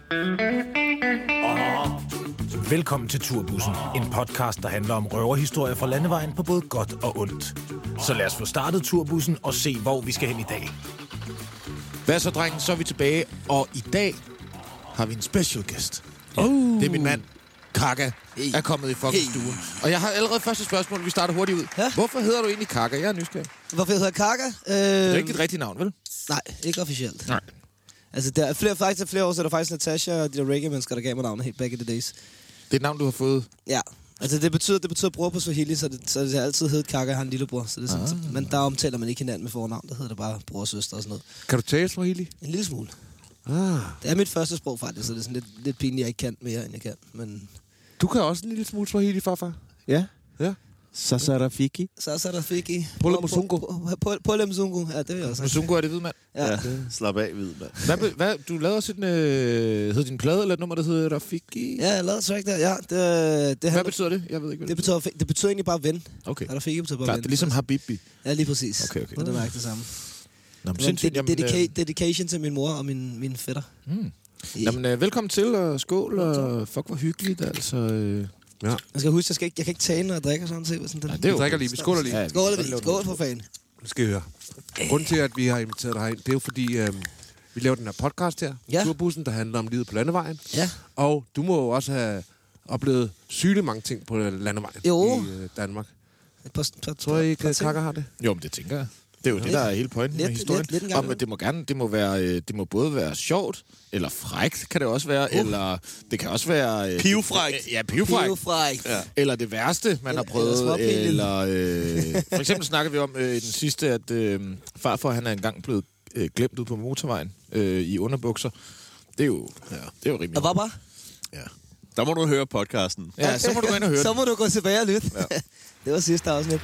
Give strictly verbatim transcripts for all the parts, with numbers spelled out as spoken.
Velkommen til Turbussen, en podcast, der handler om røverhistorier fra landevejen på både godt og ondt. Så lad os få startet Turbussen og se, hvor vi skal hen i dag. Hvad så, drengen? Så er vi tilbage, og i dag har vi en special guest. Ja, uh. Det er min mand, Kaka, hey. er kommet i fucking hey. stuen. Og jeg har allerede første spørgsmål, vi starter hurtigt ud. Ja? Hvorfor hedder du egentlig Kaka? Jeg er nysgerrig. Hvorfor hedder Kaka? Øh... Det er ikke et rigtigt navn, vel? Nej, ikke officielt. Nej. Altså, der er flere, faktisk flere år, så er der faktisk Natasha og de der reggae-mennesker, der gav mig navnet helt back in the days. Det er et navn, du har fået? Ja. Altså, det betyder, det betyder bror på Swahili, så det, så det har altid heddet Kaka, han har en lillebror. Så det er sådan, ah. så, men der omtaler man ikke hinanden med fornavn, der hedder det bare bror og søster og sådan noget. Kan du tale Swahili? En lille smule. Ah. Det er mit første sprog faktisk, så det er sådan lidt, lidt pinligt, jeg ikke kan mere, end jeg kan. Men... Du kan også en lille smule Swahili, farfar. Ja. Ja. Sasa Rafiki. Sasa Rafiki. Pole Mzungu. Pole Mzungu, ja, det vil jeg også. Mzungu er det hvid mand? Ja. ja. Slap af, hvid mand. Hvad, hvad, du lavede også en, øh, hedder din plade, eller et nummer, der hedder Rafiki? Ja, jeg lavede et track der, ja. Det, det hvad handler, betyder det? Jeg ved ikke, hvad det betyder. Det betyder egentlig bare ven. Okay. Rafiki betyder bare Klar, ven. det er ligesom Habibi. Ja, lige præcis. Okay, okay. Det er det mærke det samme. Nå, men Det sindssygt. er Jamen, dedica- dedication til min mor og min, min fætter. Hmm. Jamen, øh, velkommen til, og skål, og fuck, hvor hyggeligt, altså. Øh. Ja. Jeg skal huske, jeg, skal ikke, jeg kan ikke tale, når jeg drikker sådan set. Sådan ja, det er jo... Vi drikker lige, vi skåler lige. Ja, skål, vi. Skål for fanden. Nu skal I høre. Grunden til, at vi har inviteret dig herind, det er jo fordi, øh, vi laver den her podcast her, ja. Turbussen, der handler om livet på landevejen. Ja. Og du må jo også have oplevet sygeligt mange ting på landevejen jo. i øh, Danmark. På, på, Tror I ikke, Kaka har det? Jo, men det tænker jeg. Det er jo ja. det, der er hele pointen lidt, med historien. Lidt, lidt Om, det må gerne, det må være, det må både være sjovt, eller frækt kan det også være, uh. eller det kan også være... Pivfrækt. Ja, pivfrækt. Pivfrækt. Ja. Eller det værste, man har prøvet. Eller, eller øh, for eksempel snakker vi om øh, den sidste, at øh, farfar, han er engang blevet øh, glemt ud på motorvejen øh, i underbukser. Det er jo, ja, det er jo rimelig... Og hvad bare? Ja. Der må du høre podcasten. Ja, så må du gå ind og høre Så må du gå tilbage og lytte. Ja. Det var sidste afsnit.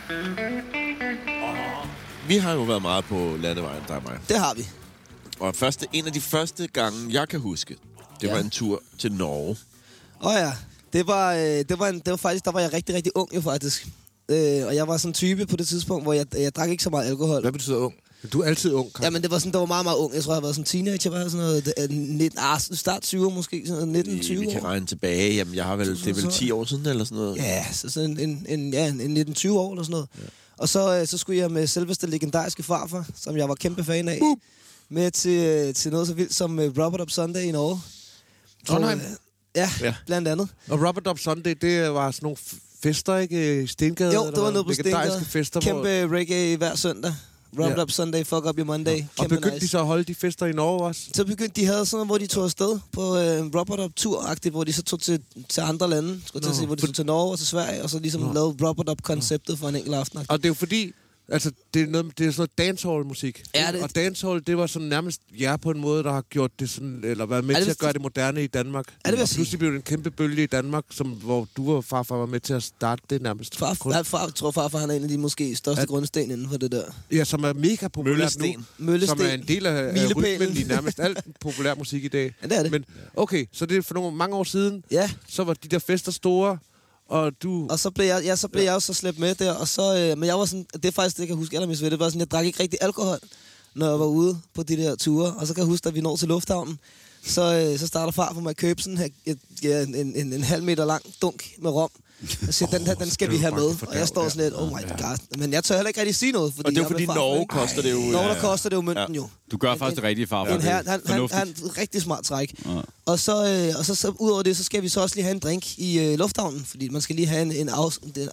Vi har jo været meget på landevejen, der og mig. Det har vi. Og første, en af de første gange, jeg kan huske, det ja. var en tur til Norge. Åh oh ja, det var, øh, det, var en, det var faktisk, der var jeg rigtig, rigtig ung jo faktisk. Øh, og jeg var sådan en type på det tidspunkt, hvor jeg, jeg drak ikke så meget alkohol. Hvad betyder ung? Du er altid ung, Kaka. Ja, men det var sådan, det var meget, meget ung. Jeg tror, jeg har været sådan teenager, var sådan noget nitten, ah, start tyve måske, sådan noget nitten tyve år. Vi kan regne tilbage, jamen jeg har vel, det er vel ti år siden eller sådan noget. Ja, så sådan en, en, ja, en nitten tyve år eller sådan noget. Ja. Og så, så skulle jeg med selveste legendariske farfar, som jeg var kæmpe fan af, Boop. med til, til noget så vildt som Robert Up Sunday i Norge. Trondheim? Ja, ja, blandt andet. Og Robert Up Sunday, det var sådan nogle fester, ikke? Stengade? Jo, det var noget på Stengade. Fester, kæmpe hvor... reggae hver søndag. Robert ja. Up Sunday, fuck up your Monday. Ja. Og begyndte nice. de så at holde de fester i Norge også? Så begyndte de havde sådan noget, hvor de tog afsted på øh, Robert Up Tour-agtigt, hvor de så tog til, til andre lande. Skulle til at sige, hvor de tog til Norge og til Sverige, og så ligesom Nå. lavede Robert Up-konceptet for en enkelt aften. Og det er jo fordi, altså, det er, noget, det er sådan noget dancehall-musik. Ja, det... Og dancehall, det var sådan nærmest jer på en måde, der har gjort det sådan, eller været med til at gøre det moderne i Danmark. Er det, og pludselig blev det en kæmpe bølge i Danmark, som, hvor du og farfar var med til at starte det nærmest. Far, nej, far, jeg tror, farfar han er en af de måske største at, grundsten inden for det der. Ja, som er mega populært Møllesten. nu. Møllesten. Som er en del af, af rytmen i nærmest alt populær musik i dag. Ja, det er det. Men okay, så det er for nogle mange år siden, ja. så var de der fester store. Og du... Og så blev jeg, ja, så blev ja. jeg også slæbt med der, og så, øh, men jeg var sådan, det er faktisk det, jeg kan huske allermest ved, det var sådan, jeg drak ikke rigtig alkohol, når jeg var ude på de der ture, og så kan jeg huske, at vi når til lufthavnen, så, øh, så starter far for mig at købe sådan her, et, ja, en, en, en, en halv meter lang dunk med rom. Jeg siger, oh, den her, den skal vi have med, og jeg står sådan lidt, oh my god, men jeg tør heller ikke rigtig sige noget, fordi og det er jo fordi Norge koster det jo... Norge, der koster det jo mønten ja. jo. Du gør faktisk det rigtige, farfar. Han, han, han, han en rigtig smart træk. Ja. Og så, øh, og så, så ud over det, så skal vi så også lige have en drink i øh, lufthavnen, fordi man skal lige have en, en, af, en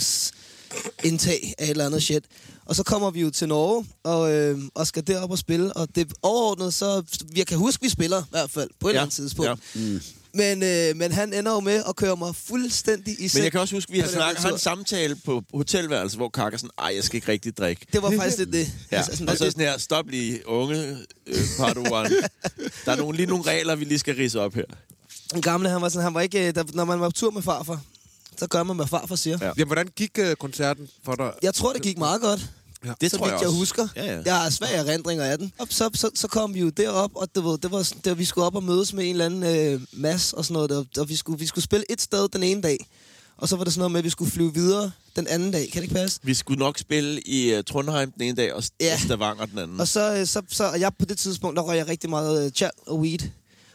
afgangsindtag af et eller andet shit. Og så kommer vi jo til Norge, og, øh, og skal derop og spille, og det overordnet, så... Jeg kan huske, vi spiller i hvert fald, på et ja. eller andet tidspunkt. Ja. Mm. Men, øh, men han ender jo med at køre mig fuldstændig i sæt. Men jeg kan også huske, at vi har snakket har en samtale på hotelværelse, hvor Kaka sådan, ej, jeg skal ikke rigtig drikke. Det var faktisk lidt det. Ja. Altså, sådan, og så sådan her, stop lige, unge øh, Paduan. Der er nogle, lige nogle regler, vi lige skal ridse op her. Den gamle, han var sådan, han var ikke... Der, når man var på tur med farfar, så gør man, hvad farfar siger. Ja. Jamen, hvordan gik uh, koncerten for dig? Jeg tror, det gik meget godt. Ja. Det så tror jeg jeg også. husker. Ja, ja. Jeg har svære erindringer af den. Og så, så, så kom vi jo derop, og det var, det var, det var, vi skulle op og mødes med en eller anden øh, masse og sådan noget. Og, og vi, skulle, vi skulle spille et sted den ene dag. Og så var det sådan noget med, at vi skulle flyve videre den anden dag. Kan det ikke passe? Vi skulle nok spille i uh, Trondheim den ene dag, og ja. Stavanger den anden. Og så, så, så og jeg på det tidspunkt, der røg jeg rigtig meget uh, chat og weed.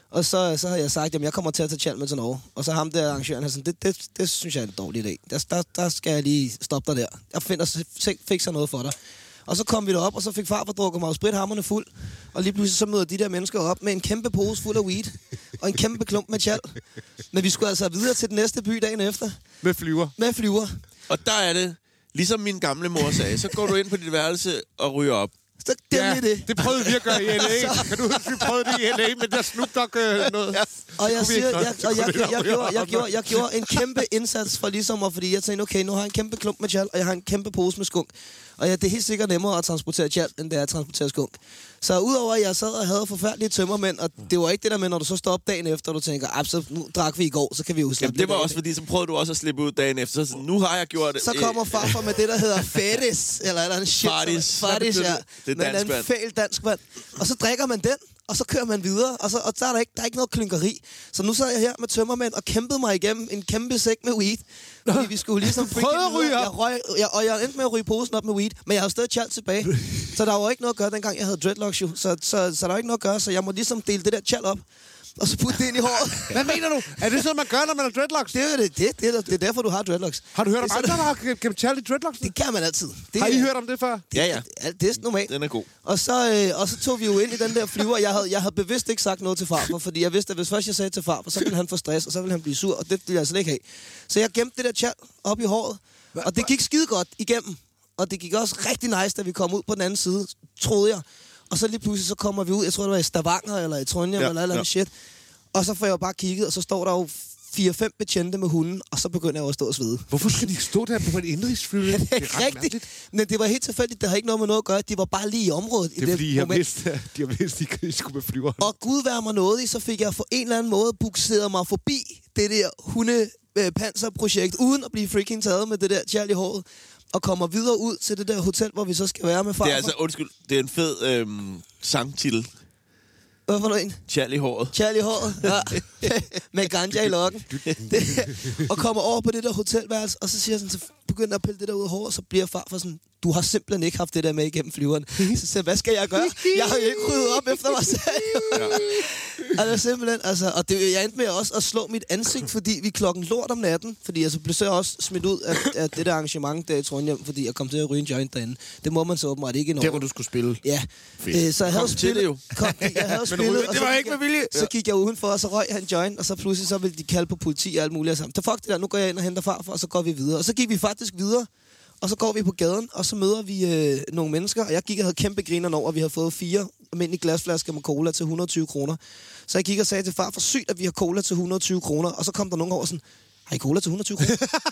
Og så, så havde jeg sagt, at jeg kommer til at tage Tjald med til Norge. Og så ham der arrangøren, han sådan, det, det, det synes jeg er en dårlig idé. Der, der, der skal jeg lige stoppe dig der. Jeg finder, fikser noget for dig. Og så kom vi derop, og så fik farfar drukket mig sprithammerne fuld. Og lige pludselig så møder de der mennesker op med en kæmpe pose fuld af weed. Og en kæmpe klump med Tjald. Men vi skulle altså videre til den næste by dagen efter. Med flyver. Med flyver. Og der er det, ligesom min gamle mor sagde, så går du ind på dit værelse og ryger op. Så det ja, er det. det prøvede vi at gøre i L A. Kan du huske, vi prøvede det i L A, men der Snoop Dogg øh, noget. Ja. Og jeg siger, jeg, og jeg, jeg, jeg, gjorde, jeg, gjorde, jeg gjorde en kæmpe indsats for ligesom, og fordi jeg tænkte, okay, nu har jeg en kæmpe klump med Tjald, og jeg har en kæmpe pose med skunk. Og ja, det er helt sikkert nemmere at transportere Tjald, end det er at transportere skunk. Så udover at jeg sad og havde forfærdelige tømmermænd, og det var ikke det der med, når du så står op dagen efter, og du tænker, så nu drak vi i går, så kan vi jo slippe. Jamen, det var også fordi, så prøvede du også at slippe ud dagen efter. Så nu har jeg gjort det. Så kommer farfar med det, der hedder fætis, eller eller andet shit. Fartis. Fartis, ja. Det er dansk vand. En fæl dansk vand. Og så drikker man den, og så kører man videre, og så og der er der ikke, der er ikke noget klynkeri. Så nu sad jeg her med tømmermænd og kæmpede mig igennem en kæmpe sæk med weed. Fordi vi skulle ligesom prøve at ryge op. Jeg røg, jeg, og jeg endte med at ryge posen op med weed, men jeg havde stadig Tjald tilbage. Så der var ikke noget at gøre, dengang jeg havde dreadlocks jo. Så, så, så der var ikke noget at gøre, så jeg må ligesom dele det der Tjald op. Og så putte det ind i håret. Hvad mener du? Er det sådan, man gør, når man har dreadlocks? Det er, det, det, det, er, det er derfor, du har dreadlocks. Har du hørt om det, andre, der har gemt Tjald i dreadlocks? Det kan man altid. Det, har I hørt om det før? Ja, ja. Det, det er normalt. Den er god. Og så, øh, og så tog vi jo ind i den der flyver. Jeg havde, jeg havde bevidst ikke sagt noget til farfar, fordi jeg vidste, at hvis først jeg sagde til farfar, så ville han få stress, og så ville han blive sur, og det ville jeg slet ikke have. Så jeg gemte det der Tjald op i håret, og det gik skide godt igennem. Og det gik også rigtig nice, da vi kom ud på den anden side, troede jeg. Og så lige pludselig så kommer vi ud, jeg tror det var i Stavanger eller i Trondheim ja, eller eller andet ja. shit. Og så får jeg jo bare kigget, og så står der jo fire-fem betjente med hunden, og så begynder jeg jo at stå og svede. Hvorfor skal de stå der på en indrigsfly? Ja, det er, det er rigtigt. Mærkeligt. Men det var helt tilfældigt. Det har ikke noget med noget at gøre. De var bare lige i området. Det er i fordi, jeg vidste, de har vidst, at de skulle med flyver. Og Gud være mig noget i, så fik jeg på en eller anden måde bukseret mig forbi det der hundepanserprojekt, uden at blive freaking taget med det der Tjald i håret. Og kommer videre ud til det der hotel, hvor vi så skal være med farfar. Det er altså, undskyld, det er en fed øhm, sangtitel. Hvad for noget? Tjald i håret. Tjald i håret, ja. Med ganja i lokken. Det, og kommer over på det der hotelværelse, og så siger jeg sådan, så begynder jeg at pille det der ud af håret, og så bliver farfar sådan, du har simpelthen ikke haft det der med igennem flyveren. Så siger jeg, hvad skal jeg gøre? Jeg har jo ikke ryddet op efter mig selv. Ja. Altså simpelthen, altså, og det, jeg endte med også at slå mit ansigt, fordi vi klokken lort om natten, fordi jeg så blev så også smidt ud af, af det der arrangement der i Trondheim, fordi jeg kom til at ryge en joint derinde. Det må man så åbenbart ikke i Norge. Der, hvor du skulle spille. Ja. Øh, så jeg havde kom spillet, det jo. Kom, jeg havde spillet, det var ikke med vilje. Så gik jeg udenfor, og så røg han joint, og så pludselig så ville de kalde på politi og alt muligt sammen. Så fuck det der, nu går jeg ind og henter farfar, og så går vi videre. Og så gik vi faktisk videre, og så går vi på gaden, og så møder vi øh, nogle mennesker, og jeg gik og havde kæmpe griner over, at vi havde fået fire almindelige glasflasker med cola til et hundrede og tyve kroner. Så jeg gik og sagde til far, for sygt, at vi har cola til et hundrede og tyve kroner, og så kom der nogen over sådan, har I cola til et hundrede og tyve kroner?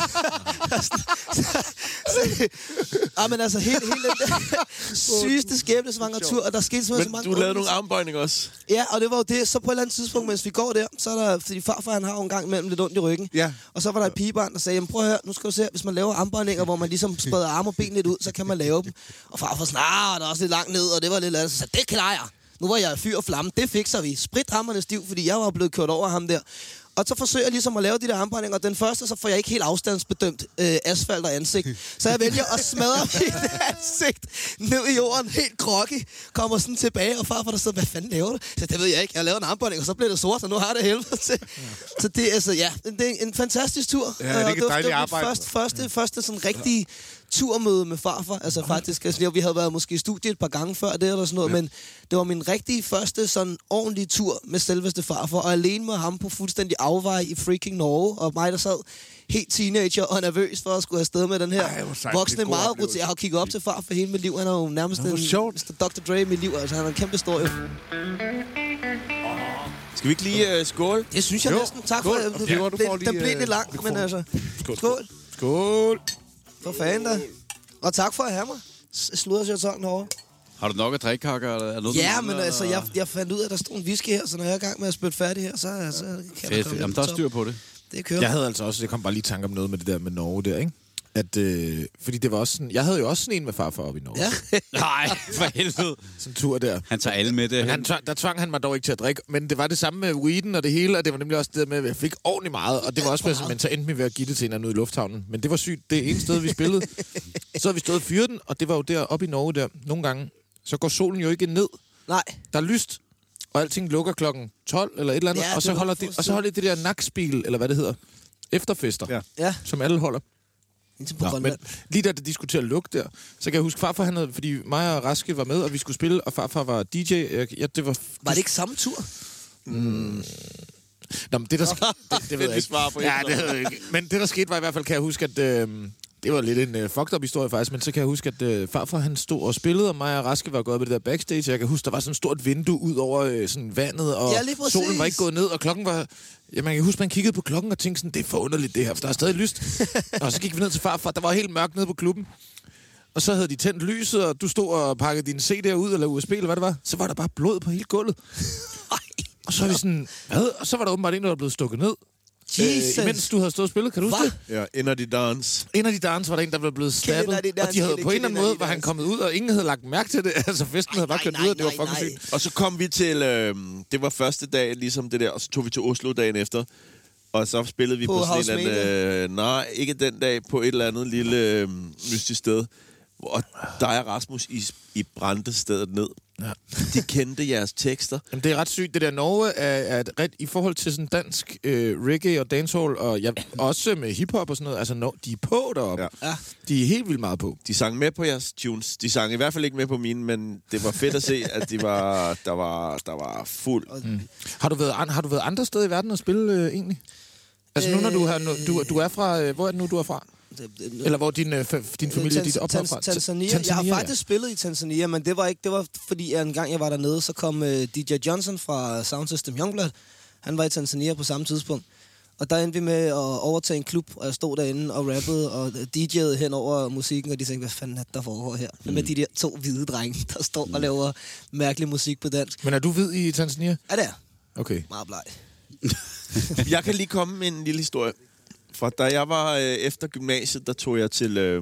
Ah, men altså, helt, helt den der sygeste skæbnesvangre tur, og der skete simpelthen så Men mange... du lavede nogle armbøjninger også. Ja, og det var jo det. Så på et eller andet tidspunkt, mens vi går der, så er der... Fordi farfar, han har jo en gang imellem lidt ondt i ryggen. Ja. Og så var der et pigebarn, der sagde, jamen prøv at høre, nu skal du se, hvis man laver armbøjninger, hvor man ligesom spreder arme og ben lidt ud, så kan man lave dem. Og farfar sådan, ah, der er også lidt langt ned, og det var lidt andet. Så sagde, det klarer jeg. Nu var jeg fyr og flamme, det fikser vi. Sprit hammerne stiv, fordi jeg var blevet kørt over ham der. Og så forsøger jeg ligesom at lave de der armbøjninger, og den første, så får jeg ikke helt afstandsbedømt øh, asfalt og ansigt. Så jeg vælger at smadre mit ansigt ned i jorden, helt groggy, kommer sådan tilbage, og farfar der sidder, hvad fanden laver du? Så det ved jeg ikke, jeg lavede en armbøjning, og så blev det sort, og nu har det helvede til. Ja. Så det er altså, ja, det er en fantastisk tur. Ja, det er ikke et dejligt arbejde. Første, første, ja. første sådan rigtige turmøde med farfar, altså faktisk, altså, vi havde været måske i studiet et par gange før det eller sådan noget, ja. Men det var min rigtige første sådan ordentlige tur med selveste farfar, og alene med ham på fuldstændig afvej i freaking Norge, og mig der sad helt teenager og nervøs for at skulle afsted med den her Ej, voksne meget rutin. Jeg har kigget op til far for hele mit liv. Han er jo nærmest en mister doktor Dre i mit liv, altså han er en kæmpe stor. Skal vi ikke lige uh, skåle? Det synes jeg jo. næsten. Tak for det. Okay. Ja, den, den blev lidt lang, men altså... Skål. Skål. Skål. For fanden da. Og tak for at have mig. Sludersjætongen herovre. Har du nok at drikke, Kakker? Er noget, ja, men altså, jeg, jeg fandt ud af, at der stod en whisky her, så når jeg er i gang med at spytte færdig her, så, så kan fedt, der komme Jamen, der er styr på det. Det kører. Jeg havde altså også, jeg kom bare lige i tanke om noget med det der med Norge der, ikke? At, øh, fordi det var også sådan, jeg havde jo også sådan en med farfar op i Norge. Ja. Nej, for helvede. Sådan en tur der. Han tager alle med det. Men han tvang, der tvang han mig dog ikke til at drikke, men det var det samme med weeden og det hele, og det var nemlig også det med, at jeg fik ordentligt meget, og det var også med, men så endte vi ved at give det til en anden ude i lufthavnen. Men det var sygt, det er ene sted, vi spillede. Så havde vi stået og fyret den, og det var jo der oppe i Norge der, nogle gange, så går solen jo ikke ned. Nej. Der er lyst. og alting lukker klokken tolv eller et eller andet, Ja, og, så det holder var de, og så holder de det der nakspil, eller hvad det hedder, efterfester, Ja. Ja, som alle holder. indtil på Nå, Grønland. men lige da det diskuterede lukke der, så kan jeg huske, farfar han havde, fordi mig og Raske var med, og vi skulle spille, og farfar var D J. Jeg, ja, det var... Var det ikke samme tur? Mm. Nå, men det der skete... Det, det ved jeg ikke. Svar på Ja, det ved jeg ikke. Men det der skete var i hvert fald, kan jeg huske, at... Øh, det var lidt en uh, fucked up historie faktisk, men så kan jeg huske, at øh, farfar han stod og spillede, og mig og Raske var gået på det der backstage, jeg kan huske, der var sådan et stort vindue ud over øh, sådan vandet, og Ja, lige præcis. solen var ikke gået ned, og klokken var... Ja, man kan huske, man kiggede på klokken og tænkte sådan, det er forunderligt det her, for der er stadig lyst. Og så gik vi ned til farfar, der var helt mørkt nede på klubben. Og så havde de tændt lyset, og du stod og pakkede din C D'er ud, eller U S B, eller hvad det var. Så var der bare blod på hele gulvet. Og så er vi sådan, hvad? Og så var der åbenbart en, der var blevet stukket ned. Jesus. Øh, imens du havde stået og spillet, kan du huske det? Ja, Inner the Dance. En af de dans var der en, der blev blevet stabbet, Kender de dans, og de havde kender på en eller anden de måde, dans. var han kommet ud, og ingen havde lagt mærke til det. Altså, festen havde bare kørt nej, ud, og det var nej, fucking nej. sygt. Og så kom vi til, øh, det var første dag, ligesom det der, og så tog vi til Oslo dagen efter. Og så spillede vi På på, sådan House en eller anden... Øh, nej, ikke den dag, på et eller andet lille øh, mystisk sted. Og dig og Rasmus, I, I brændte stedet ned. Ja. De kendte jeres tekster. Jamen, det er ret sygt. Det der Norge er, er et ret, i forhold til sådan dansk øh, reggae og dancehall, og ja, også med hiphop og sådan noget. Altså, no, de er på deroppe. Ja. Ja. De er helt vildt meget på. De sang med på jeres tunes. De sang i hvert fald ikke med på mine, men det var fedt at se, at de var, der, var, der var fuld. Mm. Har, du været, an, har du været andre steder i verden at spille øh, egentlig? Altså nu, når du, har, du, du er fra... Øh, hvor er det nu, du er fra? Eller hvor din, øh, f- din familie, Tans- dit ophav fra? Tans- Tanzania. Tanzania. Jeg har faktisk spillet i Tanzania, men det var ikke, det var fordi, at en gang jeg var dernede, så kom uh, D J Johnson fra Sound System Youngblood. Han var i Tanzania på samme tidspunkt. Og der endte vi med at overtage en klub, og jeg stod derinde og rappede og D J'ede hen over musikken, og de tænkte, hvad fanden er det, der foregår her? Mm. Med de der to hvide drenge, der står mm. og laver mærkelig musik på dansk. Men er du hvid i Tanzania? Ja, det er. Okay. Meget bleg. Jeg kan lige komme med en lille historie. For da jeg var øh, efter gymnasiet, der tog jeg til... Øh,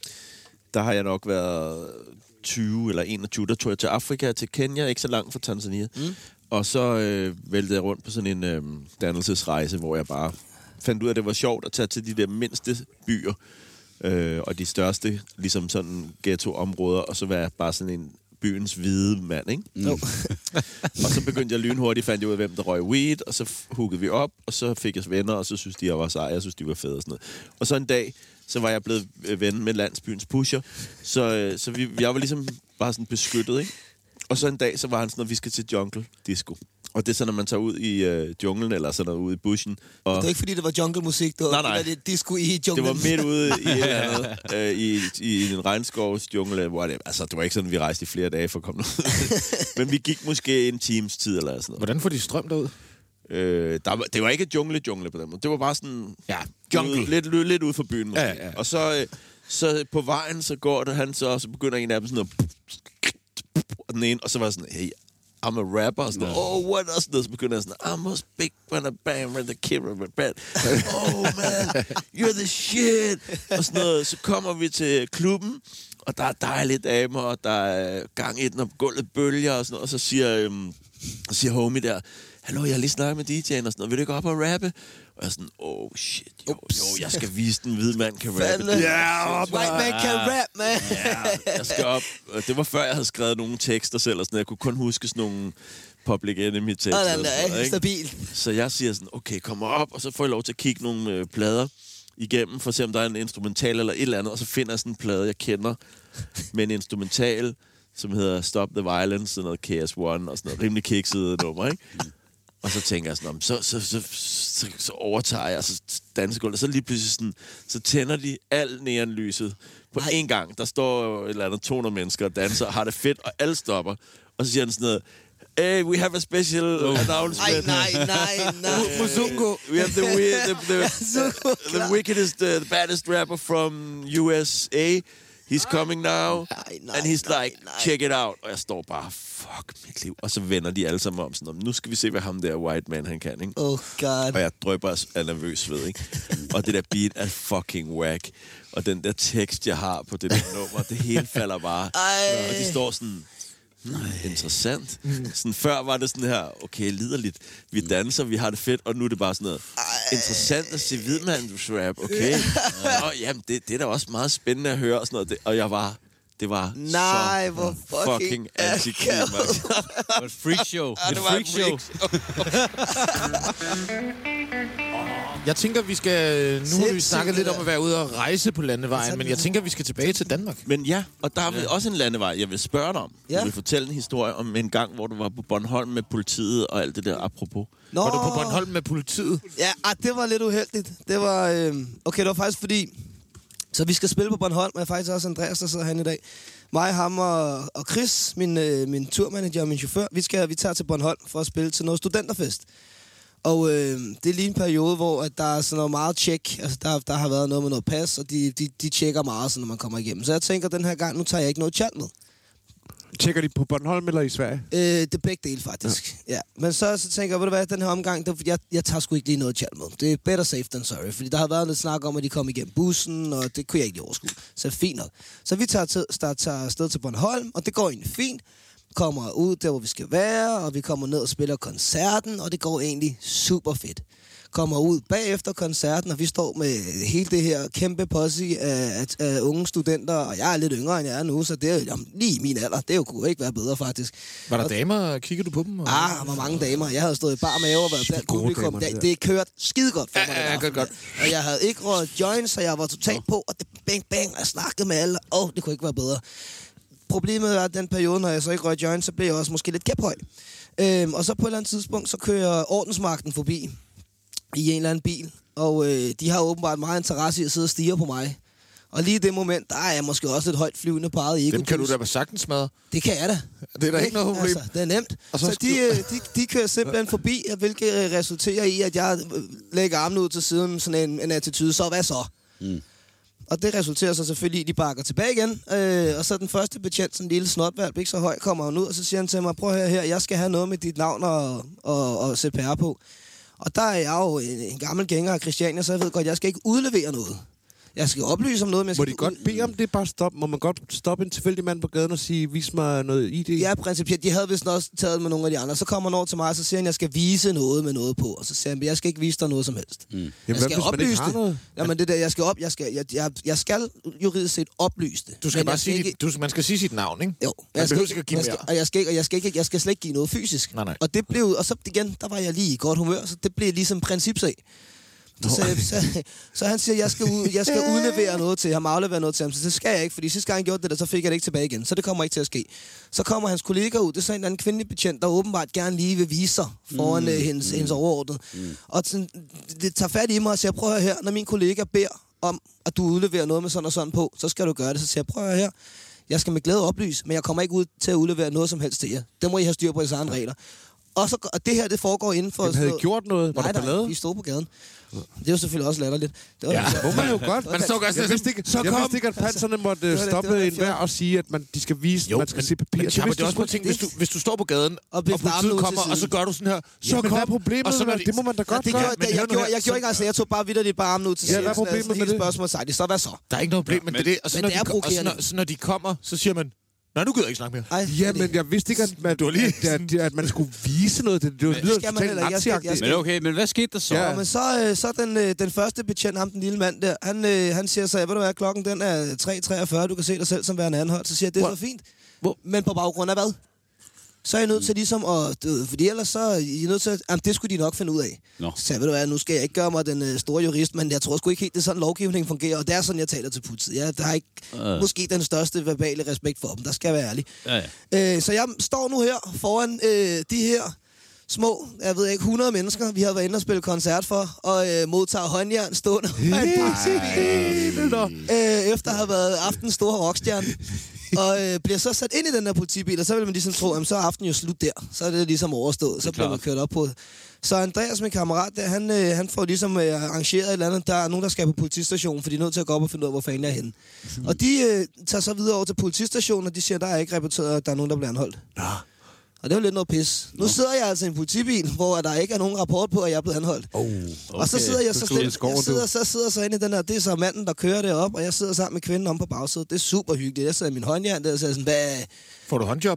der har jeg nok været tyve eller enogtyve. Der tog jeg til Afrika, til Kenya, ikke så langt fra Tanzania. Mm. Og så øh, væltede jeg rundt på sådan en øh, dannelsesrejse, hvor jeg bare fandt ud af, at det var sjovt at tage til de der mindste byer. Øh, og de største, ligesom sådan ghettoområder. Og så være bare sådan en byens hvide mand, ikke? Mm. Og så begyndte jeg lynhurtigt, fandt jeg ud af, hvem der røg weed, og så huggede vi op, og så fik jeg venner, og så synes de, jeg var sej, jeg synes, de var fede og sådan noget. Og så en dag, så var jeg blevet ven med landsbyens pusher, så, så vi, jeg var ligesom bare sådan beskyttet, ikke? Og så en dag, så var han sådan, at vi skal til jungle disco. Og det er så, når man tager ud i øh, junglen, eller sådan noget ude i bushen. Og Det var ikke fordi, det var jungle-musik, det var, Nej, nej. Det, var det disco i junglen. det var midt ude i et eller andet, øh, i, i en regnskovsjungle, hvor det, altså, det var ikke sådan, at vi rejste i flere dage for at komme ud. Men vi gik måske en times tid eller sådan noget. Hvordan får de strøm derud? Øh, der var, det var ikke jungle-jungle på den måde. Det var bare sådan... Ja, jungle. Ude, lidt, lidt ude for byen måske. Ja, ja. Og så, øh, så på vejen, så går det han så, og så begynder en af dem sådan at... Og den ene, og så var jeg sådan, hey, I'm a rapper, og sådan noget, oh, what, og sådan noget, så begynder jeg sådan, I'm a big when a bang when the camera went bad. Oh, man, you're the shit. Og sådan noget, så kommer vi til klubben, og der er dejlige damer, og der er gang i den, og gulvet bølger, og sådan noget, og så siger, øhm, så siger homie der, hallo, jeg har lige snakket med D J'en, og sådan noget, vil du ikke op og rappe? Og jeg er sådan, oh shit, jo, jo, jeg skal vise den hvide mand kan rappe. Fandme. Ja, White man can rap, man. Ja, jeg skal op. Det var før, jeg havde skrevet nogle tekster selv, og sådan, jeg kunne kun huske sådan nogle Public Enemy-tekster. Og og den sådan noget, er ikke? stabil. Så jeg siger sådan, okay, kommer op, og så får jeg lov til at kigge nogle øh, plader igennem, for at se, om der er en instrumental eller et eller andet, og så finder jeg sådan en plade, jeg kender, med en instrumental, som hedder Stop the Violence, sådan noget K S et, og sådan noget rimelig kikset nummer, ikke? Og så tænker jeg sådan, så, så, så, så, så overtager jeg, og så dansegulvet, og så lige pludselig sådan, så tænder de al neonlyset på én gang. Der står jo et eller andet to hundrede mennesker og danser, og har det fedt, og alle stopper. Og så siger han sådan noget, hey, we have a special oh. announcement. Nej, nej, nej, nej. Muzungu. We have the, we, the, the, the wickedest, uh, the baddest rapper from U S A. He's coming now, Nej, nej, and he's nej, like, nej. check it out. Og jeg står bare, fuck mit liv. Og så vender de alle sammen om sådan, nu skal vi se, hvad ham der white man, han kan, ikke? Oh god. Og jeg drøber af nervøs ved, ikke? Og det der beat er fucking whack. Og den der tekst, jeg har på det der nummer, det hele falder bare. Ej. Og de står sådan, hmm, interessant. Sådan, før var det sådan her, okay, liderligt. Vi danser, vi har det fedt, og nu er det bare sådan noget. Interessant at se hvidmandsrap, okay? Og jamen, det, det er da også meget spændende at høre, og sådan noget. Det, og jeg var, Det var Nej, så hvor fucking, fucking antiklimaks. Det var et freakshow. Ja, Et det var et freakshow. Jeg tænker, vi skal... Nu har vi Sindssygt, snakket lidt det om at være ude og rejse på landevejen, men jeg tænker, vi skal tilbage til Danmark. Men ja, og der er ja. også en landevej, jeg vil spørge dig om. Ja. Jeg vil fortælle en historie om en gang, hvor du var på Bornholm med politiet og alt det der apropos. Nå. Var du på Bornholm med politiet? Ja, ah, det var lidt uheldigt. Det var... Øh... Okay, det var faktisk fordi... Så vi skal spille på Bornholm, og faktisk også Andreas, der sidder herinde i dag. Mig, ham og, og Chris, min, øh, min turmanager og min chauffør, vi, skal, vi tager til Bornholm for at spille til noget studenterfest. Og øh, det er lige en periode, hvor at der er sådan noget meget tjek. Altså, der, der har været noget med noget pas, og de, de, de tjekker meget, sådan, når man kommer igennem. Så jeg tænker, den her gang, nu tager jeg ikke noget tjal med. Tjekker de på Bornholm eller i Sverige? Øh, det er begge dele, faktisk. Ja. Ja. Men så, så tænker jeg, ved du hvad, den her omgang, der, jeg, jeg tager sgu ikke lige noget tjal med. Det er better safe than sorry, fordi der har været lidt snak om, at de kom igennem bussen, og det kunne jeg ikke lige overskue. Så fint nok. Så vi tager, til, start, tager afsted til Bornholm, og det går egentlig fint. Kommer ud der, hvor vi skal være, og vi kommer ned og spiller koncerten, og det går egentlig super fedt. Kommer ud bagefter koncerten, og vi står med hele det her kæmpe posse af, af, af unge studenter, og jeg er lidt yngre, end jeg er nu, så det er jo jamen, lige min alder. Det jo kunne ikke være bedre, faktisk. Var der og, damer? Kiggede du på dem? Og... Ah, der var mange damer. Jeg havde stået i bar mave og været blandt publikum. Det, det er kørt skide godt for mig. Ja, ja, godt, godt. Og jeg havde ikke røget joints, så jeg var totalt på, og det bang, bang, og jeg snakkede med alle. Åh, oh, det kunne ikke være bedre. Problemet er, at den periode, når jeg så ikke røg joint, så blev jeg også måske lidt kæphøj. Øhm, og så på et eller andet tidspunkt, så kører ordensmagten forbi i en eller anden bil. Og øh, de har åbenbart meget interesse i at sidde og stirre på mig. Og lige i det moment, der er jeg måske også lidt højt flyvende på eget ego. Dem kan du da være sagtens smadre. Det kan jeg da. Det er da ikke noget problem. Altså, det er nemt. Og så så skal de, øh, de, de kører simpelthen forbi, hvilket resulterer i, at jeg lægger armene ud til siden med sådan en, en attitude. Så hvad så? Mm. Og det resulterer så selvfølgelig i, at de bakker tilbage igen. Øh, og så den første betjent, sådan en lille snotvalp, ikke så høj, kommer han ud, og så siger han til mig, prøv at høre her, jeg skal have noget med dit navn og, og, og C P R på. Og der er jeg jo en, en gammel gænger af Christiania, så jeg ved godt, jeg skal ikke udlevere noget. Jeg skal oplyse om noget, men jeg skal... Må de godt bede om det? Bare stop. Må man godt stoppe en tilfældig mand på gaden og sige, vis mig noget I D? Ja, principielt. De havde vist også taget med nogle af de andre. Så kommer han over til mig, og så siger han, jeg skal vise noget med noget på. Og så siger han, jeg skal ikke vise dig noget som helst. Mm. Jamen, jeg skal oplyse det. Noget? Jamen, det der, jeg skal op, jeg skal, jeg, jeg, jeg skal juridisk set oplyse det. Du skal bare sige, ikke... du, man skal sige sit navn, ikke? Jo. Man behøver ikke at give jeg skal, mere. og jeg skal, ikke, og jeg skal ikke, jeg skal slet ikke give noget fysisk. Nej, nej. Og det blev, og så igen, der var jeg lige i godt humør, så det blev ligesom principsag. Så, så, så, så han siger, jeg skal, ud, jeg skal udlevere noget til ham, aflevere noget til ham. Så det skal jeg ikke, fordi sidste gang jeg gjorde det der, så fik jeg det ikke tilbage igen. Så det kommer ikke til at ske. Så kommer hans kollega ud, det er så en eller anden kvindelig betjent, der åbenbart gerne lige vil vise sig foran mm. øh, hendes, mm. hendes overordnede. Mm. Og sådan, det tager fat i mig og siger, prøv at høre her, når min kollega beder om, at du udleverer noget med sådan og sådan på, så skal du gøre det. Så siger jeg, prøv at høre her, jeg skal med glæde oplyse, men jeg kommer ikke ud til at udlevere noget som helst til jer. Det må I have styr på i samme regler. Og, så, og det her, det foregår inden for... Jamen, havde I gjort noget? Var nej, der ballade? Nej, vi stod på gaden. Det er jo selvfølgelig også latterligt. Det var Ja, det, Må man jo godt. Man står godt Jeg vidste ikke, så jeg kom. vidste ikke at panserne måtte det var det- stoppe det var det en hver fjerde. og sige, at man, de skal vise, Jo, man skal men, se papir. men Det Chapper, vidste det er jeg også sgu på ting, hvis du, hvis du står på gaden, og, Og bliver og politiet armen ud til kommer, og så siden. gør du sådan her, så Jamen, kom, hvad er problemet? og så når de, Det må man da Ja, godt det gøre. gjorde, Men det, hør jeg, nu gjorde, her, jeg gjorde ikke engang, så jeg tog bare vidderligt bare armen ud til Ja, siden. hvad er problemet med Hele det? spørgsmålet sagt, så hvad så? der er ikke noget problem, men, det er det. Og så, men når, det er de, og så, provokerende. når, så når de kommer, så siger man, nej, nu gider jeg ikke snakke mere. Ej, Ja, men jeg vidste ikke, at man, Du har lige at, at, at man skulle vise noget. Det, det var det lyder skal man heller totalt ikke. Jeg skal- jeg naziagtigt. skal- Men okay, men hvad skete der så? Ja. Ja. Men så, øh, så den, øh, den første betjent, ham den lille mand der, han, øh, han siger så, ved du hvad, klokken den er tre treogfyrre, du kan se dig selv som værende anholdt. Så siger jeg, det er Hvor- så fint. hvor- Men på baggrund af hvad? Så er jeg nødt til ligesom at, du ved, fordi ellers så er I nødt til at, jamen, det skulle de nok finde ud af. Nå. Så sagde jeg, ved du hvad, nu skal jeg ikke gøre mig den øh, store jurist, men jeg tror sgu ikke helt, det er sådan lovgivningen fungerer, og det er sådan, jeg taler til politiet. Jeg der har ikke Øh. måske den største verbale respekt for dem, der skal jeg være ærlig. Ja, ja. Øh, så jeg står nu her foran øh, de her små, jeg ved ikke, hundrede mennesker, vi har været inde og spille koncert for, og øh, modtager håndjern stående øh, efter at have været aftens store rockstjerne. Og øh, bliver så sat ind i den der politibil, og så vil man ligesom tro, at så er aftenen jo slut der. Så er det ligesom overstået, så bliver man kørt op på. Så Andreas, min kammerat, der, han, øh, han får ligesom øh, arrangeret et eller andet. Der er nogen, der skal på politistationen, for de er nødt til at gå op og finde ud af, hvor fanden jeg er henne. Mm. Og de øh, tager så videre over til politistationen, og de siger, at der er ikke rapporteret, at der er nogen, der bliver anholdt. Nå. Og det er jo lidt noget pis. Nu sidder jeg altså i en politibil, hvor der ikke er nogen rapport på, at jeg er blevet anholdt. Oh. Og så sidder jeg så Så stod i stille. skoven, Jeg sidder, du. så sidder så inde i den her. Det er så manden, der kører det op, og jeg sidder sammen med kvinden om på bagsædet. Det er super hyggeligt. Jeg sidder i min håndjern der og siger sådan, hvad... Får du håndjob?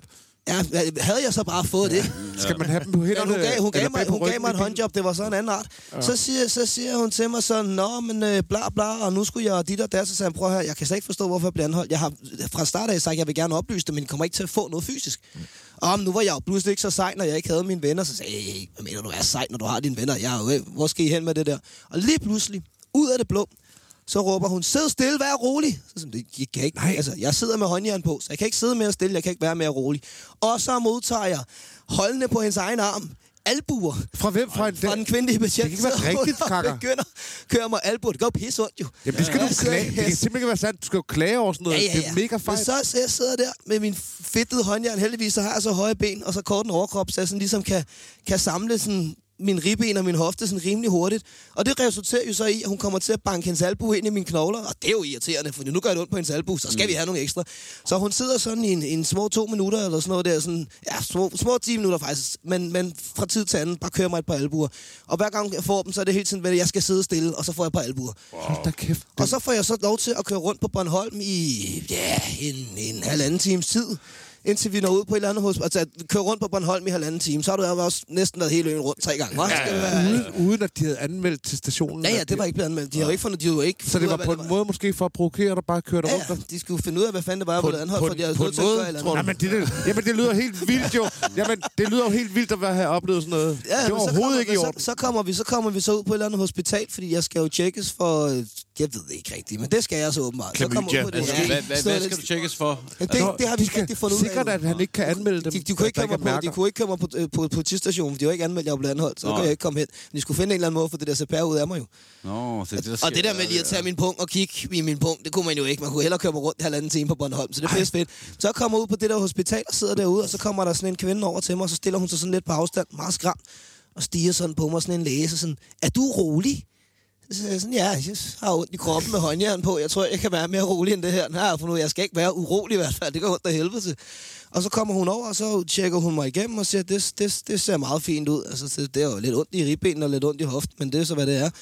Ja, havde jeg så bare fået det. Skal man have dem på hænderne? Ja, hun gav, hun gav, mig, hun gav mig et håndjob. håndjob, det var sådan en anden art. Ja. Så, siger, så siger hun til mig sådan, nå, men øh, bla bla, og nu skulle jeg dit og der, så sagde han, prøv at høre, jeg kan slet ikke forstå, hvorfor jeg bliver anholdt. Jeg har fra start af sagt, at jeg vil gerne oplyse det, men jeg kommer ikke til at få noget fysisk. Mm. Og nu var jeg jo pludselig ikke så sej, når jeg ikke havde mine venner, så sagde jeg, hey, hvad mener du, er sej, når du har dine venner? Jeg er jo, hvor skal I hen med det der? Og lige pludselig, ud af det blå, så råber hun, sid stille, vær rolig. Så sådan, det jeg kan ikke. Nej. Altså, jeg sidder med håndjern på, så jeg kan ikke sidde mere stille, jeg kan ikke være mere rolig. Og så modtager jeg, holdende på hendes egen arm, albuer. Fra hvem? Fra, en fra den kvindelige betjent. Det kan ikke være rigtigt, Kakker. begynder at køre mig albuer. Det går pisse ondt jo. Jamen, det skal ja, du klage. Det kan simpelthen ikke være sandt. Du skal jo klage over sådan noget. Ja, ja, ja. Det er mega fejl. Men så, så jeg sidder der med min fedtede håndjern. Heldigvis så har jeg så høje ben, og så kort en overkrop, så jeg sådan ligesom kan, kan samle sådan min ribben og min hofte sådan rimelig hurtigt. Og det resulterer jo så i, at hun kommer til at banke hendes albue ind i mine knogler. Og det er jo irriterende, for nu gør det ondt på hendes albue, så skal mm. vi have nogle ekstra. Så hun sidder sådan i en, en små to minutter, eller sådan noget der, sådan, ja, små, små ti minutter faktisk, men, men fra tid til anden bare kører mig et par albuer. Og hver gang jeg får dem, så er det hele tiden, at jeg skal sidde stille, og så får jeg et par albuer. Wow. Kæft. Og så får jeg så lov til at køre rundt på Bornholm i, ja, en, en halvanden times tid. Indtil vi når ud på et eller andet hospital. Altså, køre rundt på Bornholm i halvanden time, så har du jo også næsten været hele øen rundt tre gange. Ja, ja, ja. Uden, uden at de havde anmeldt til stationen? Ja, ja, det var ikke blevet anmeldt. De har jo ikke fundet, de har jo ikke... Så det var på en måde måske for at provokere dig, bare køre dig ja, rundt? Ja, de skulle finde ud af, hvad fanden det var, jeg blev anholdt, for de havde nødt til at gøre eller andet. Jamen, det, jamen, det lyder helt vildt jo. Jamen, det lyder jo helt vildt at have oplevet sådan noget. Ja, det var overhovedet ikke i orden. Så, så, kommer vi, så kommer vi så ud på et eller andet hospital, fordi jeg skal jo tjekkes for... Jeg ved det ikke rigtigt, men det skal jeg så åbenbart. Så kommer ud på det. Altså, ja, hvad, hvad, hvad skal du tjekkes for? Ja, det, det har vi ikke rigtig fundet ud af. Sikkert, at han ikke kan anmelde dem. De, de, kunne, ikke komme på, de kunne ikke komme på, på, på politistationen, for de var ikke anmeldt, jeg var blevet anholdt, så kunne jeg ikke komme hen. Men de skulle finde en eller anden måde for det der C P R ud af mig jo. Nå, så det der sker, og det der med lige at tage min punkt og kigge i min punkt, det kunne man jo ikke. Man kunne hellere køre mig rundt halvanden time på Bornholm, så det er pisse fedt. Så jeg kommer ud på det der hospital og sidder derude, og så kommer der sådan en kvinde over til mig, og så stiller hun sig sådan lidt på afstand, meget skram, og stiger sådan på mig, sådan en læge, så sådan, er du rolig? Så jeg sådan, ja, jeg har ondt i kroppen med håndjern på. Jeg tror, jeg kan være mere rolig end det her. Nej, for nu, jeg skal ikke være urolig i hvert fald. Det går ondt af helvede til. Og så kommer hun over, og så tjekker hun mig igennem og siger, det, det, det ser meget fint ud. Altså, det er jo lidt ondt i ribbenene og lidt ondt i hoften, men det er så, hvad det er.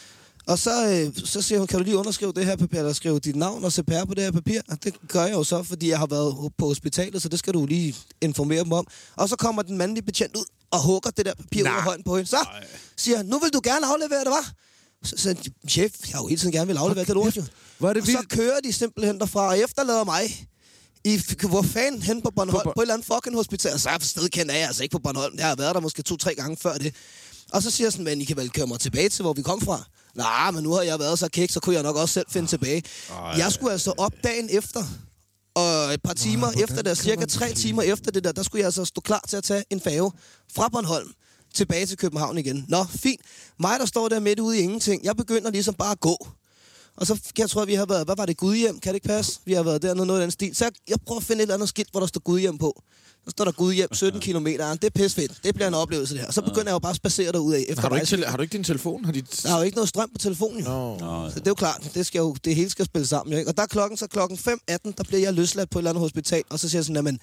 Og så, øh, så siger hun, kan du lige underskrive det her papir, eller skrive dit navn og C P R på det her papir? Og det gør jeg jo så, fordi jeg har været på hospitalet, så det skal du lige informere dem om. Og så kommer den mandlige betjent ud og hugger det der papir ud af hånden på hende. Så siger han, nu vil du gerne aflevere det, hva'? Så sagde chef, jeg har jo hele tiden gerne vil aflevere okay. det lort, jo. Hvor er det og så kører de simpelthen derfra og efterlader mig i, hvor fanden hen på Bornholm, på, på et eller andet fucking hospital. Så er for sted kender jeg altså ikke på Bornholm. Jeg har været der måske to-tre gange før det. Og så siger jeg sådan, men I kan vel køre mig tilbage til, hvor vi kom fra? Nej, men nu har jeg været så kæk, så kunne jeg nok også selv finde tilbage. Ej. Jeg skulle altså op dagen efter, og et par timer Ej, efter det, cirka tre timer efter det der, der skulle jeg altså stå klar til at tage en færge fra Bornholm tilbage til København igen. Nå, fint. Mig, der står der midt ude i ingenting. Jeg begynder ligesom bare at gå. Og så jeg tror, vi har været... Hvad var det? Gudhjem? Kan det ikke passe? Vi har været dernede noget af den stil. Så jeg, jeg prøver at finde et eller andet skilt, hvor der står Gudhjem på. Så står der Gudhjem sytten kilometer. Det er pissefedt. Det bliver en oplevelse, det her. Så begynder jeg jo bare at spacere derudad. Efter har, du ikke tele- har du ikke din telefon? Har de t- der er jo ikke noget strøm på telefonen. Jo. No. Så det er jo klart. Det, skal jo, det hele skal spille sammen. Jo, ikke? Og der er klokken, så klokken fem atten, der bliver jeg løsladt på et eller andet hospital. Og så siger jeg sådan, jamen...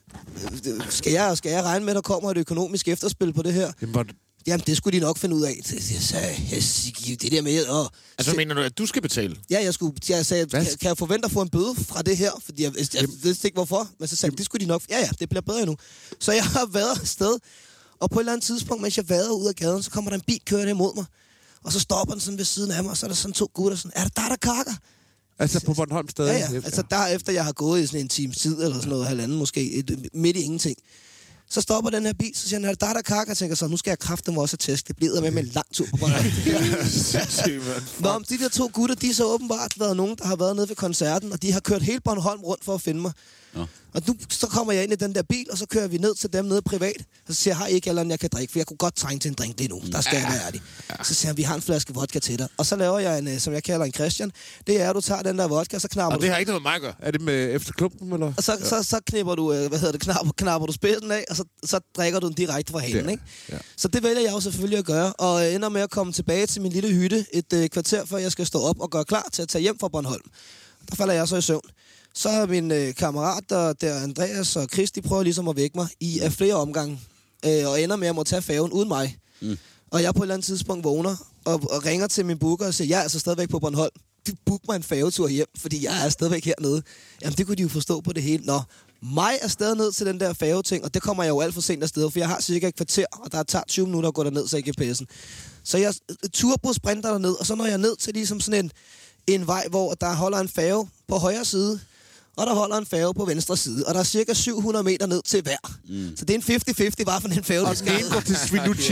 Skal jeg, skal jeg regne med, at der kommer et økonomisk efterspil på det her? Jamen, Jamen, det skulle de nok finde ud af. Det, jeg sagde, jeg, det der med... Og, altså, mener du, at du skal betale? Ja, jeg, skulle, jeg sagde, kan, kan jeg forvente at få en bøde fra det her? Fordi jeg, jeg, jeg vidste ikke, hvorfor. Men så sagde jeg, det skulle de nok... Ja, ja, det bliver bedre nu. Så jeg har været afsted, og på et eller andet tidspunkt, mens jeg vader ud af gaden, så kommer der en bil kørende imod mig. Og så stopper den sådan ved siden af mig, og så er der sådan to gutter sådan, er det der, der kakker? Altså på Bornholm stadig? Ja, ja. Altså derefter, jeg har gået i sådan en times tid, eller sådan noget, halvanden måske, et, midt i ingenting. Så stopper den her bil, så siger han, er det der, der kakker? Jeg tænker så, nu skal jeg kræfte mig også at tæske. Det bliver med med en lang tur på Bornholm. Nå, men de der to gutter, de har så åbenbart været nogen, der har været nede ved koncerten, og de har kørt hele Bornholm rundt for at finde mig. Ja. Og nu så kommer jeg ind i den der bil, og så kører vi ned til dem nede privat. Og så siger jeg, har I ikke eller andet, jeg kan drikke? For jeg kunne godt trænge til en drink lige nu. Der skal jeg være ærlig. Så siger han, vi har en flaske vodka til dig. Og så laver jeg en, som jeg kalder en Christian. Det er, at du tager den der vodka, og så knapper og du... det har ikke noget med mig at gøre. Er det med efter klumpen, eller? Og så, ja. så, så knipper du, hvad hedder det, knapper, knapper du spidsen af, og så, så drikker du den direkte fra hanen, ikke? Ja. Så det vælger jeg jo selvfølgelig at gøre, og ender med at komme tilbage til min lille hytte et øh, kvarter, før jeg skal stå op og gøre klar til at tage hjem fra Bornholm. Der falder jeg så i søvn. Så er min øh, kammerat, der, der Andreas og Chris, de prøver ligesom at vække mig i af flere omgange, øh, og ender med at må tage færgen uden mig. Mm. Og jeg på et eller andet tidspunkt vågner og, og ringer til min booker og siger, jeg er altså stadigvæk på Bornholm. De book mig en færgetur hjem, fordi jeg er stadigvæk hernede. Jamen, det kunne de jo forstå på det hele. Nå, Mig er stadig ned til den der færgeting, og det kommer jeg jo alt for sent afsted, for jeg har cirka et kvarter, og der tager tyve minutter at gå derned, så i G P S'en. Så jeg turbo-sprinter derned, og så når jeg ned til ligesom sådan en, en vej, hvor der holder en færge på højre side, og der holder en færge på venstre side, og der er cirka syv hundrede meter ned til hver. Mm. Så det er en halvtreds halvtreds bare for den færge, der skal. Og den går til Svinucci.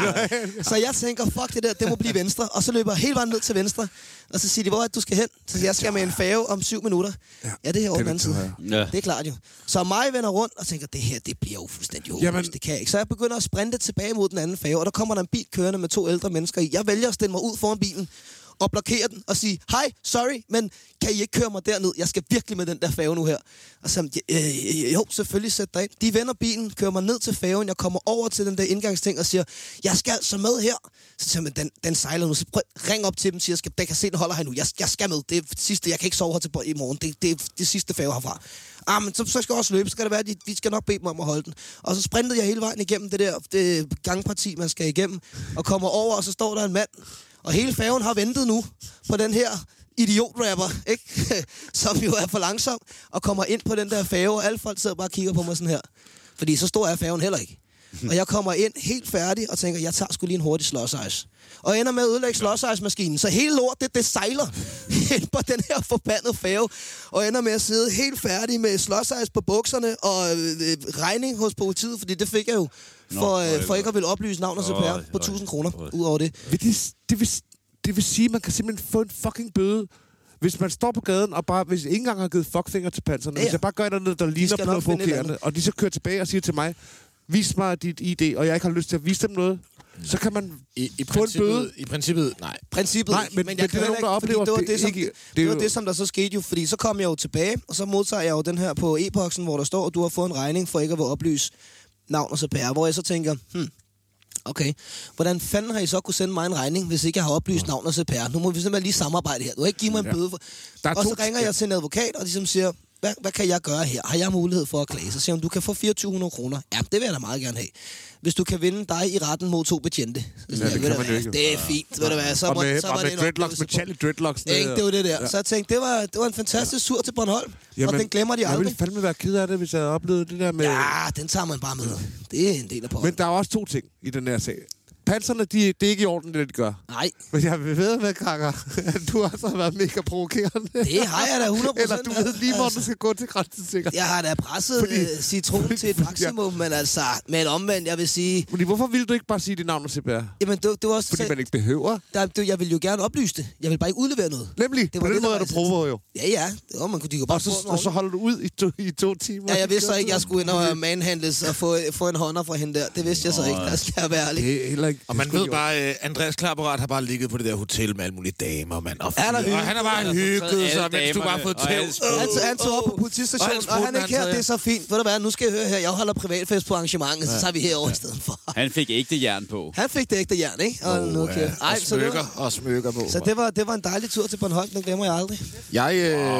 Så jeg tænker, fuck det der, det må blive venstre. Og så løber jeg hele vejen ned til venstre, og så siger de, hvor er det, du skal hen? Så jeg skal med en færge om syv minutter. Ja, ja det er her over den anden side. Ja. Det er klart jo. Så mig vender rundt og tænker, det her, det bliver jo fuldstændig håbløst. Det kan jeg ikke. Så jeg begynder at sprinte tilbage mod den anden færge, og der kommer der en bil kørende med to ældre mennesker i. Jeg vælger at stille mig ud foran bilen, og blokere den og sige, hej, sorry, men kan I ikke køre mig derned? Jeg skal virkelig med den der færge nu her. Og så øh, jo, selvfølgelig sæt dig ind. De vender bilen, kører mig ned til færgen, jeg kommer over til den der indgangsting og siger, jeg skal altså med her. Så siger man, den, den sejler nu, så prøv, ring op til dem og siger, jeg kan se, den holder her nu. Jeg, jeg skal med, det er det sidste, jeg kan ikke sove her til i morgen. Det, det er det sidste færge herfra. Ah, men så, så skal jeg også løbe, så skal det være, de, de skal nok bede mig om at holde den. Og så sprintede jeg hele vejen igennem det der det gangparti, man skal igennem, og kommer over, og så står der en mand. Og hele færgen har ventet nu på den her idiotrapper, ikke? Som jo er for langsom, og kommer ind på den der færge, og alle folk sidder bare og kigger på mig sådan her. Fordi så stor er færgen heller ikke. Og jeg kommer ind helt færdig og tænker, jeg tager sgu lige en hurtig slåsejs. Og ender med at ødelægge slåsejsmaskinen. Så hele lort, det, det sejler ind på den her forbandede færge. Og ender med at sidde helt færdig med slåsejs på bukserne og øh, regning hos politiet, fordi det fik jeg jo for, øh, for ikke at ville oplyse navn og C P R på tusind kroner ud over det. Det, det, vil, det vil sige, at man kan simpelthen få en fucking bøde, hvis man står på gaden og bare, hvis ikke engang har givet fuckfinger til panserne, ja. Hvis jeg bare gør noget, der ligner på noget provokerende, og de så kører tilbage og siger til mig, vis mig dit I D, og jeg ikke har lyst til at vise dem noget, så kan man I, i få en bøde. I princippet, nej. Princippet nej, men, men, men det er nogen, der oplever, det var det, det, som, ikke, det, det, det var jo... det, som der så skete jo, fordi så kom jeg jo tilbage, og så modtager jeg jo den her på e-boksen, hvor der står, at du har fået en regning for ikke at ville oplyse navn og C P R, hvor jeg så tænker, hmm, okay, hvordan fanden har I så kunne sende mig en regning, hvis ikke jeg har oplyst navn og C P R? Nu må vi simpelthen lige samarbejde her. Du har ikke givet mig en bøde for... Og så ringer jeg til en advokat, og de som siger, hvad, hvad kan jeg gøre her? Har jeg mulighed for at klage? Så siger hun, du kan få to tusind fire hundrede kroner. Ja, det vil jeg da meget gerne have. Hvis du kan vinde dig i retten mod to betjente. Så ja, det, kan man ikke. Det er fint. Ja. Ved du hvad, så og må, med, så og med dreadlocks, med Charlie dreadlocks. Ikke, det var det der. Ja. Så jeg tænkte, det var, det var en fantastisk tur til Bornholm. Jamen, og den glemmer de aldrig. Jeg ville fandme være ked af det, hvis jeg havde oplevet det der med... Ja, den tager man bare med. Det er en del af posten. Men der er også to ting i den her sag. Panserne, de, det er ikke i orden, det de gør. Nej. Men jeg vil ved med, Krakker, at du også har været mega provokerende. Det har jeg da hundrede procent. Eller du ved lige, hvor altså, du skal gå til grænsen. Jeg har da presset fordi, uh, citron fordi, til et maksimum, ja. Men altså, med omvendt, jeg vil sige... Fordi hvorfor ville du ikke bare sige dit navn og C P R? Jamen, du, du også... Fordi man ikke behøver? Der, du, jeg vil jo gerne oplyse det. Jeg vil bare ikke udlevere noget. Nemlig, det var på den det, måde er du provoer jo. Ja, ja. Det var, man kunne, de kunne bare og, så, og så holder du ud i to, i to timer. Ja, jeg vidste så ikke, jeg skulle ind og manhandles og få, få en hånder fra hende der. Det vidste jeg så ikke. Der skal jeg være ærlig. Det er heller ikke... Og man ved bare, Andreas Klapperat har bare ligget på det der hotel med alle mulige damer, mand. Og, og han har bare hygget sig, mens du bare har fået tæv. Han tog op på politistationen, og, og han er ikke her, det er så fint. Ved du hvad, nu skal jeg høre her, jeg holder privatfest på arrangementet, så tager vi herover i stedet for. Han fik ægte jern på. Han fik det ægte jern, ikke? Og, nu, okay. Ej, og smykker og smykker på. Så det var, det var en dejlig tur til Bornholm, den glemmer jeg aldrig. Jeg,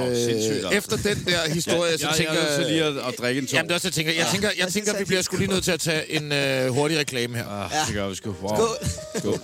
øh, efter den der historie, så tænker jeg... Jeg er lige at drikke en tår. Jamen, det er også, jeg tænker, jeg tænker, jeg tænker, vi bliver sgu lige nødt til at tage en øh, hurtig reklame her. Ja, det gør vi sgu. Wow. Skål. Skål.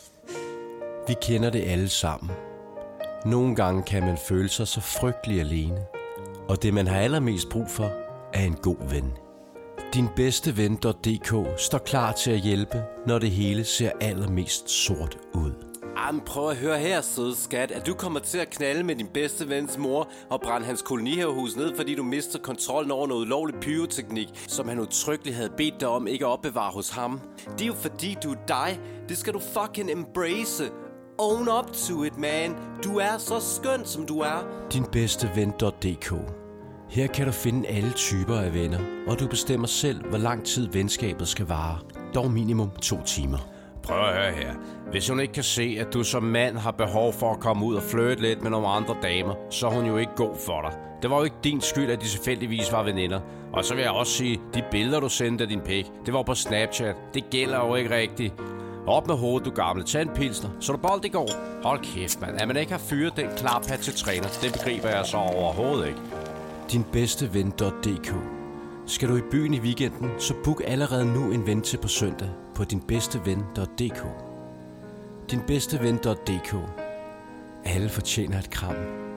Vi kender det alle sammen. Nogle gange kan man føle sig så frygtelig alene. Og det, man har allermest brug for, er en god ven. Din bedste ven punktum d k står klar til at hjælpe, når det hele ser allermest sort ud. Jamen, prøv at høre her, søde skat, at du kommer til at knalde med din bedste vens mor og brænde hans kolonihavehus ned, fordi du mister kontrollen over noget ulovlig pyroteknik, som han udtrykkeligt havde bedt dig om ikke at opbevare hos ham. Det er jo fordi, du er dig. Det skal du fucking embrace. Own up to it, man. Du er så skøn, som du er. Din bedste ven punktum d k. Her kan du finde alle typer af venner, og du bestemmer selv, hvor lang tid venskabet skal vare. Dog minimum to timer. Prøv at høre her. Hvis hun ikke kan se, at du som mand har behov for at komme ud og flirte lidt med nogle andre damer, så er hun jo ikke god for dig. Det var jo ikke din skyld, at de tilfældigvis var veninder. Og så vil jeg også sige, de billeder, du sendte af din pik, det var på Snapchat. Det gælder jo ikke rigtigt. Op med hovedet, du gamle. Tag en pilsner, så du bold i går. Hold kæft, mand. At man ikke har fyret den klarpat til træner, det begriber jeg så overhovedet ikke. Din bedste ven punktum d k. Skal du i byen i weekenden, så book allerede nu en ven til på søndag på din bedste ven punktum d k. Din bedste ven punktum d k. Alle fortjener et kram.